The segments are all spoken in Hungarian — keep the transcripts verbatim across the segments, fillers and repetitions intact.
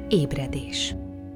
Ébredés.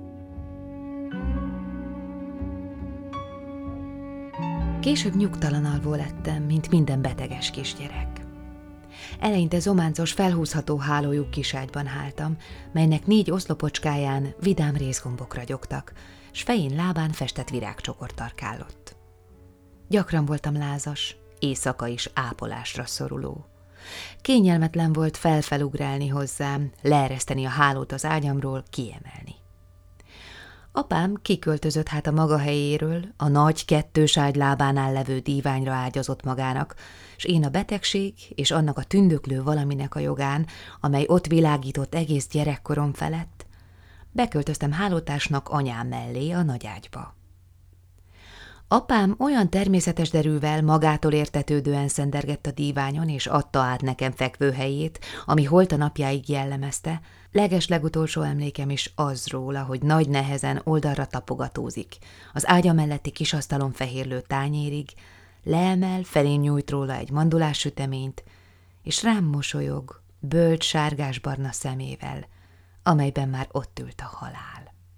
Később nyugtalanalvó lettem, mint minden beteges kisgyerek. Eleinte zománcos, felhúzható hálójú kiságyban háltam, melynek négy oszlopocskáján vidám rézgombok ragyogtak, s fején lábán festett virágcsokor tarkálott. Gyakran voltam lázas, éjszaka is ápolásra szoruló. Kényelmetlen volt felfelugrálni hozzám, leereszteni a hálót az ágyamról, kiemelni. Apám kiköltözött hát a maga helyéről, a nagy kettős ágy lábánál levő díványra ágyazott magának, s én a betegség és annak a tündöklő valaminek a jogán, amely ott világított egész gyerekkorom felett, beköltöztem hálótársnak anyám mellé a nagyágyba. Apám olyan természetes derűvel magától értetődően szendergett a díványon, és adta át nekem fekvőhelyét, ami holt a napjáig jellemezte. Leges-legutolsó emlékem is az róla, hogy nagy nehezen oldalra tapogatózik, az ágya melletti kisasztalon fehérlő tányérig, leemel, felém nyújt róla egy mandulás süteményt, és rám mosolyog bölcs sárgásbarna szemével, amelyben már ott ült a halál.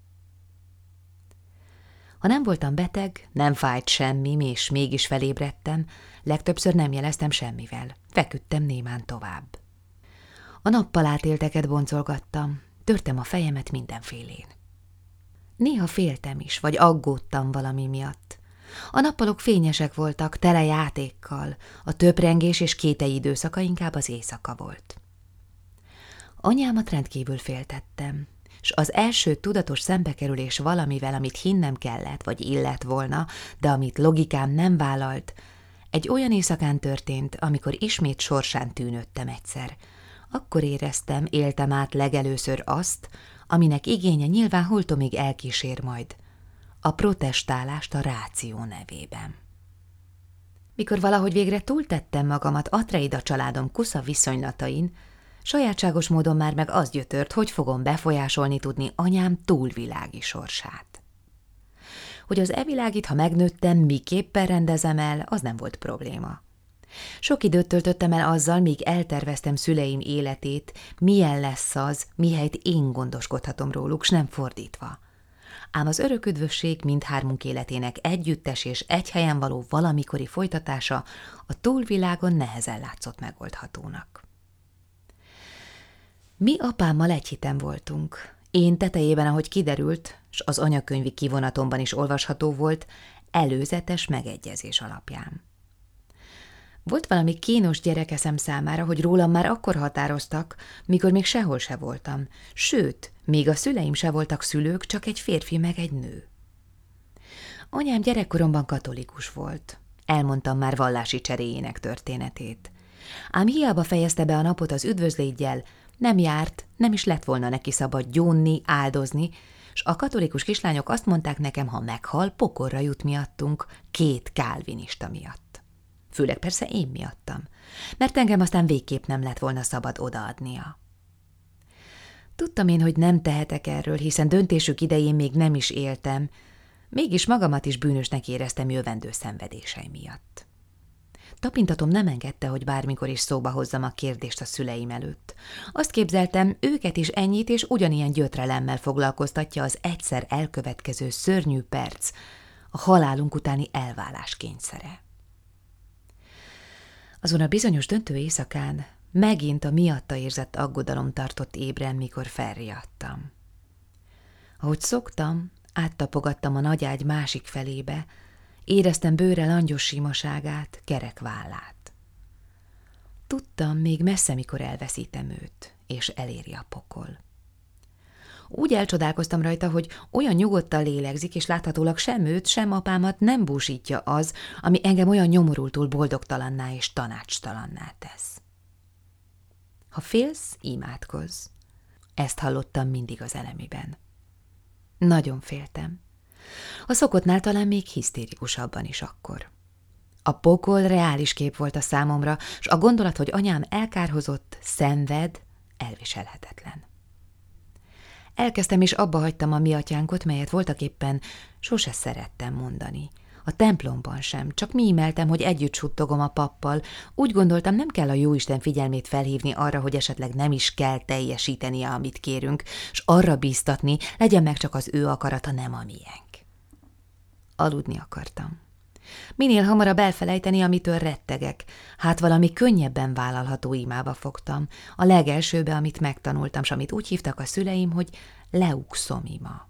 Ha nem voltam beteg, nem fájt semmi, és mégis felébredtem, legtöbbször nem jeleztem semmivel, feküdtem némán tovább. A nappalátélteket boncolgattam, törtem a fejemet mindenfélén. Néha féltem is, vagy aggódtam valami miatt. A nappalok fényesek voltak, tele játékkal, a töprengés és kételyi időszaka inkább az éjszaka volt. Anyámat rendkívül féltettem, s az első tudatos szembekerülés valamivel, amit hinnem kellett, vagy illett volna, de amit logikám nem vállalt, egy olyan éjszakán történt, amikor ismét sorsán tűnődtem egyszer. Akkor éreztem, éltem át legelőször azt, aminek igénye nyilván holtomig elkísér majd, a protestálást a ráció nevében. Mikor valahogy végre túltettem magamat Atreida családom kusza viszonylatain, sajátságos módon már meg az gyötört, hogy fogom befolyásolni tudni anyám túlvilági sorsát. Hogy az e-világit, ha megnőttem, miképpen rendezem el, az nem volt probléma. Sok időt töltöttem el azzal, míg elterveztem szüleim életét, milyen lesz az, mihelyt én gondoskodhatom róluk, s nem fordítva. Ám az örök üdvösség mindhármunk életének együttes és egy helyen való valamikori folytatása a túlvilágon nehezen látszott megoldhatónak. Mi apámmal egy hiten voltunk. Én tetejében, ahogy kiderült, s az anyakönyvi kivonatomban is olvasható volt, előzetes megegyezés alapján. Volt valami kínos gyerekeszem számára, hogy rólam már akkor határoztak, mikor még sehol se voltam, sőt, még a szüleim se voltak szülők, csak egy férfi meg egy nő. Anyám gyerekkoromban katolikus volt. Elmondtam már vallási cseréjének történetét. Ám hiába fejezte be a napot az üdvözlétgyel, nem járt, nem is lett volna neki szabad gyónni, áldozni, s a katolikus kislányok azt mondták nekem, ha meghal, pokorra jut miattunk, két kálvinista miatt. Főleg persze én miattam, mert engem aztán végképp nem lett volna szabad odaadnia. Tudtam én, hogy nem tehetek erről, hiszen döntésük idején még nem is éltem, mégis magamat is bűnösnek éreztem jövendő szenvedései miatt. Tapintatom nem engedte, hogy bármikor is szóba hozzam a kérdést a szüleim előtt. Azt képzeltem, őket is ennyit és ugyanilyen gyötrelemmel foglalkoztatja az egyszer elkövetkező szörnyű perc, a halálunk utáni elválás kényszere. Azon a bizonyos döntő éjszakán megint a miatta érzett aggodalom tartott ébren, mikor felriadtam. Ahogy szoktam, áttapogattam a nagyágy másik felébe, éreztem bőre langyos simaságát, kerek vállát. Tudtam, még messze, mikor elveszítem őt, és eléri a pokol. Úgy elcsodálkoztam rajta, hogy olyan nyugodtan lélegzik, és láthatólag sem őt, sem apámat nem búsítja az, ami engem olyan nyomorultul boldogtalanná és tanácstalanná tesz. Ha félsz, imádkozz. Ezt hallottam mindig az elemiben. Nagyon féltem. A szokottnál talán még hisztérikusabban is akkor. A pokol reális kép volt a számomra, s a gondolat, hogy anyám elkárhozott, szenved, elviselhetetlen. Elkezdtem és abba hagytam a mi atyánkot, melyet voltaképpen sose szerettem mondani. A templomban sem, csak mímeltem, hogy együtt suttogom a pappal. Úgy gondoltam, nem kell a jóisten figyelmét felhívni arra, hogy esetleg nem is kell teljesítenie, amit kérünk, s arra bíztatni, legyen meg csak az ő akarata, nem a miénk. Aludni akartam. Minél hamarabb elfelejteni, amitől rettegek. Hát valami könnyebben vállalható imába fogtam. A legelsőbe, amit megtanultam, s amit úgy hívtak a szüleim, hogy leukszom ima.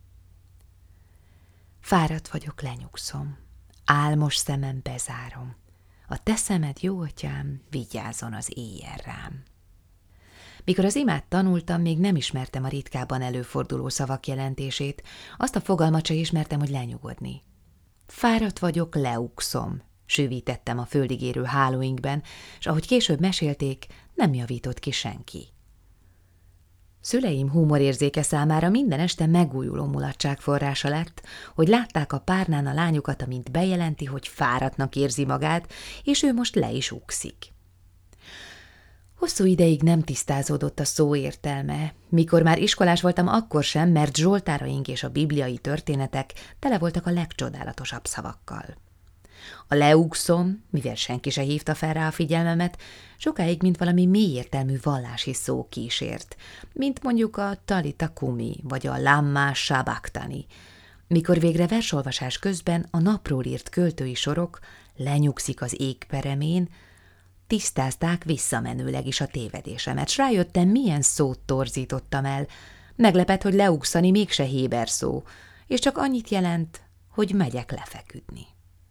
Fáradt vagyok, lenyugszom. Álmos szemem bezárom. A te szemed, jó atyám, vigyázzon az éjjel rám. Mikor az imát tanultam, még nem ismertem a ritkában előforduló szavak jelentését, azt a fogalmat se ismertem, hogy lenyugodni. Fáradt vagyok, leukszom, sűvítettem a földig érő hálóinkben, s ahogy később mesélték, nem javított ki senki. Szüleim humorérzéke számára minden este megújuló mulatság forrása lett, hogy látták a párnán a lányukat, amint bejelenti, hogy fáradtnak érzi magát, és ő most le is ugszik. Hosszú ideig nem tisztázódott a szó értelme. Mikor már iskolás voltam, akkor sem, mert zsoltáraink és a bibliai történetek tele voltak a legcsodálatosabb szavakkal. A leukszom, mivel senki se hívta fel rá a figyelmemet, sokáig mint valami mélyértelmű vallási szó kísért, mint mondjuk a Talita Kumi vagy a Lamma Sabaktani. Mikor végre versolvasás közben a napról írt költői sorok lenyugszik az ég peremén, tisztázták visszamenőleg is a tévedésemet, s rájöttem, milyen szót torzítottam el. Meglepett, hogy leugszani mégse héber szó, és csak annyit jelent, hogy megyek lefeküdni.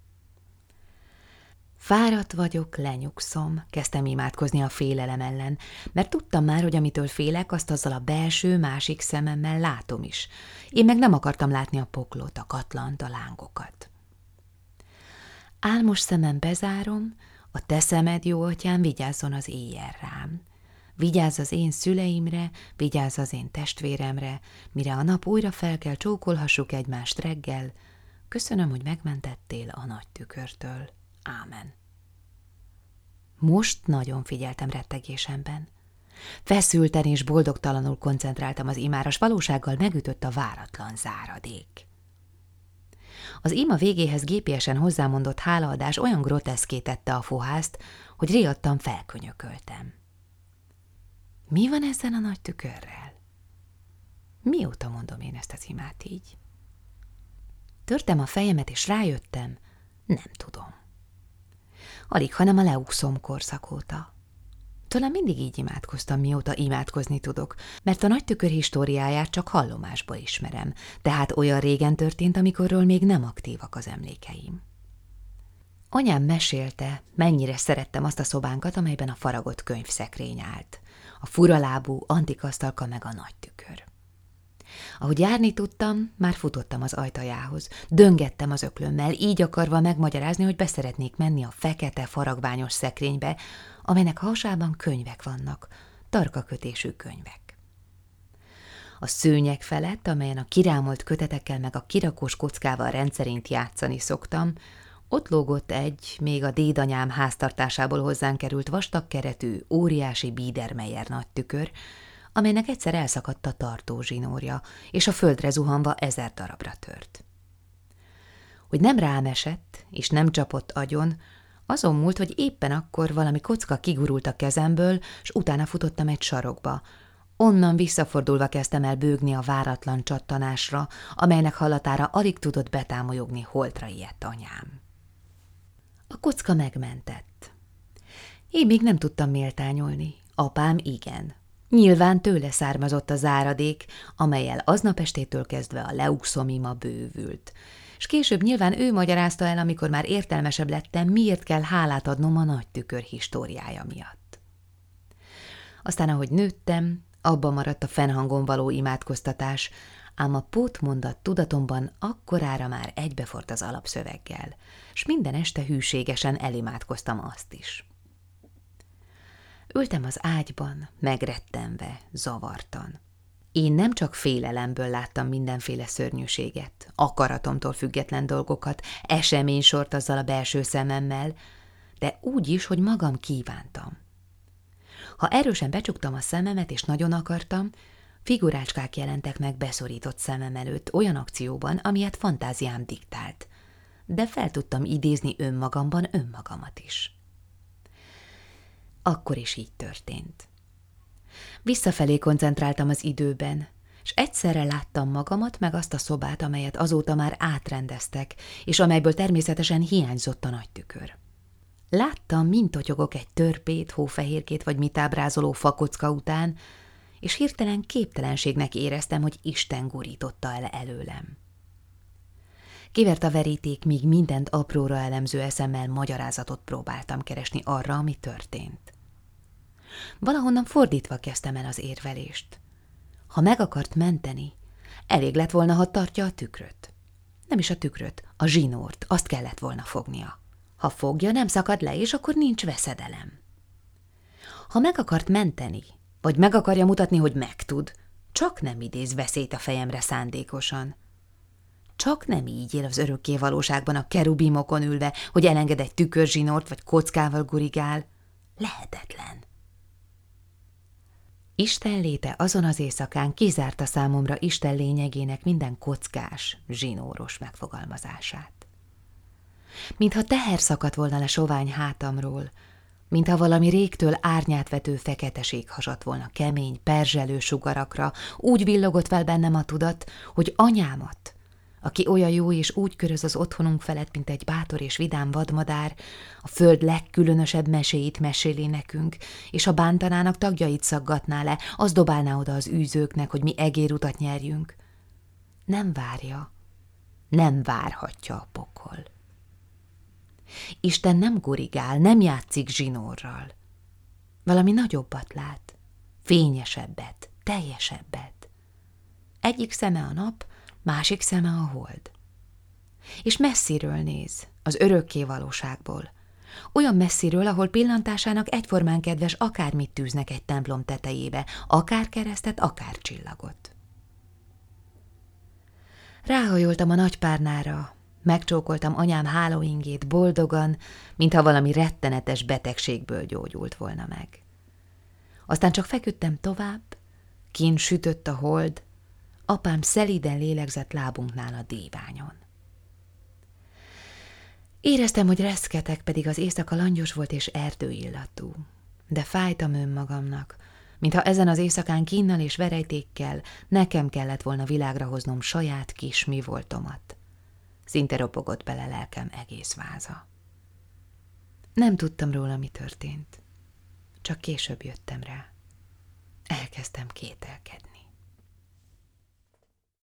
Fáradt vagyok, lenyugszom, kezdtem imádkozni a félelem ellen, mert tudtam már, hogy amitől félek, azt azzal a belső másik szememmel látom is. Én meg nem akartam látni a poklot, a katlant, a lángokat. Álmos szemem bezárom, a te szemed, jó atyám, vigyázzon az éjjel rám. Vigyázz az én szüleimre, vigyázz az én testvéremre, mire a nap újra fel kell, csókolhassuk egymást reggel. Köszönöm, hogy megmentettél a nagy tükörtől. Ámen. Most nagyon figyeltem rettegésemben. Feszülten és boldogtalanul koncentráltam az imára, s valósággal megütött a váratlan záradék. Az ima végéhez gépiesen hozzámondott hálaadás olyan groteszké tette a fohászt, hogy riadtan felkönyököltem. Mi van ezzel a nagy tükörrel? Mióta mondom én ezt az imát így? Törtem a fejemet, és rájöttem, nem tudom. Alig, hanem a leukszom korszak óta. Talán mindig így imádkoztam, mióta imádkozni tudok, mert a nagy tükör históriáját csak hallomásból ismerem, tehát olyan régen történt, amikorról még nem aktívak az emlékeim. Anyám mesélte, mennyire szerettem azt a szobánkat, amelyben a faragott könyvszekrény állt, a furalábú antikasztalka meg a nagy tükör. Ahogy járni tudtam, már futottam az ajtajához, döngettem az öklömmel, így akarva megmagyarázni, hogy beszeretnék menni a fekete faragványos szekrénybe, amelynek hasában könyvek vannak, tarkakötésű könyvek. A szőnyeg felett, amelyen a kirámolt kötetekkel meg a kirakós kockával rendszerint játszani szoktam, ott lógott egy, még a dédanyám háztartásából hozzánk került vastag keretű, óriási Biedermeier nagy tükör, amelynek egyszer elszakadt a tartó zsinórja, és a földre zuhanva ezer darabra tört. Hogy nem rám esett, és nem csapott agyon, azon múlt, hogy éppen akkor valami kocka kigurult a kezemből, s utána futottam egy sarokba. Onnan visszafordulva kezdtem el bőgni a váratlan csattanásra, amelynek hallatára alig tudott betámolyogni holtra ijedt anyám. A kocka megmentett. Én még nem tudtam méltányolni, apám igen. Nyilván tőle származott a záradék, amellyel aznap estétől kezdve a leukszom ima bővült, és később nyilván ő magyarázta el, amikor már értelmesebb lettem, miért kell hálát adnom a nagy tükör históriája miatt. Aztán, ahogy nőttem, abba maradt a fennhangon való imádkoztatás, ám a pótmondat tudatomban akkorára már egybefort az alapszöveggel, s minden este hűségesen elimádkoztam azt is. Ültem az ágyban, megrettenve, zavartan. Én nem csak félelemből láttam mindenféle szörnyűséget, akaratomtól független dolgokat, eseménysort azzal a belső szememmel, de úgy is, hogy magam kívántam. Ha erősen becsuktam a szememet, és nagyon akartam, figurácskák jelentek meg beszorított szemem előtt olyan akcióban, amilyet fantáziám diktált. de fel tudtam idézni önmagamban önmagamat is. Akkor is így történt. Visszafelé koncentráltam az időben, és egyszerre láttam magamat meg azt a szobát, amelyet azóta már átrendeztek, és amelyből természetesen hiányzott a nagy tükör. Láttam, mint totyogok egy törpét, hófehérkét vagy mit ábrázoló fakocka után, és hirtelen képtelenségnek éreztem, hogy Isten gurította el előlem. Kivert a veríték, míg mindent apróra elemző eszemmel magyarázatot próbáltam keresni arra, ami történt. Valahonnan fordítva kezdtem el az érvelést. Ha meg akart menteni, elég lett volna, ha tartja a tükröt. Nem is a tükröt, a zsinórt, azt kellett volna fognia. Ha fogja, nem szakad le, és akkor nincs veszedelem. Ha meg akart menteni, vagy meg akarja mutatni, hogy megtud, csak nem idéz veszélyt a fejemre szándékosan. Csak nem így él az örökké valóságban a kerubimokon ülve, hogy elenged egy tükörzsinort, vagy kockával gurigál. Lehetetlen. Isten léte azon az éjszakán kizárta számomra Isten lényegének minden kockás, zsinóros megfogalmazását. Mintha teher szakadt volna le sovány hátamról, mintha valami régtől árnyát vető feketeség hasadt volna kemény, perzselő sugarakra, úgy villogott fel bennem a tudat, hogy anyámat, aki olyan jó és úgy köröz az otthonunk felett, mint egy bátor és vidám vadmadár, a föld legkülönösebb meséit meséli nekünk, és ha bántanának, tagjait szaggatná le, az dobálná oda az űzőknek, hogy mi egérutat nyerjünk. Nem várja, nem várhatja a pokol. Isten nem gurigál, nem játszik zsinórral. Valami nagyobbat lát, fényesebbet, teljesebbet. Egyik szeme a nap, másik szeme a hold. És messziről néz, az örökké valóságból. Olyan messziről, ahol pillantásának egyformán kedves, akármit tűznek egy templom tetejébe, akár keresztet, akár csillagot. Ráhajoltam a nagypárnára, megcsókoltam anyám hálóingét boldogan, mintha valami rettenetes betegségből gyógyult volna meg. Aztán csak feküdtem tovább, kint sütött a hold, apám szelíden lélegzett lábunknál a díványon. Éreztem, hogy reszketek, pedig az éjszaka langyos volt és erdőillatú, de fájtam önmagamnak, mintha ezen az éjszakán kínnal és verejtékkel nekem kellett volna világra hoznom saját kis mi voltomat. Szinte ropogott bele lelkem egész váza. Nem tudtam róla, mi történt. Csak később jöttem rá. Elkezdtem kételkedni.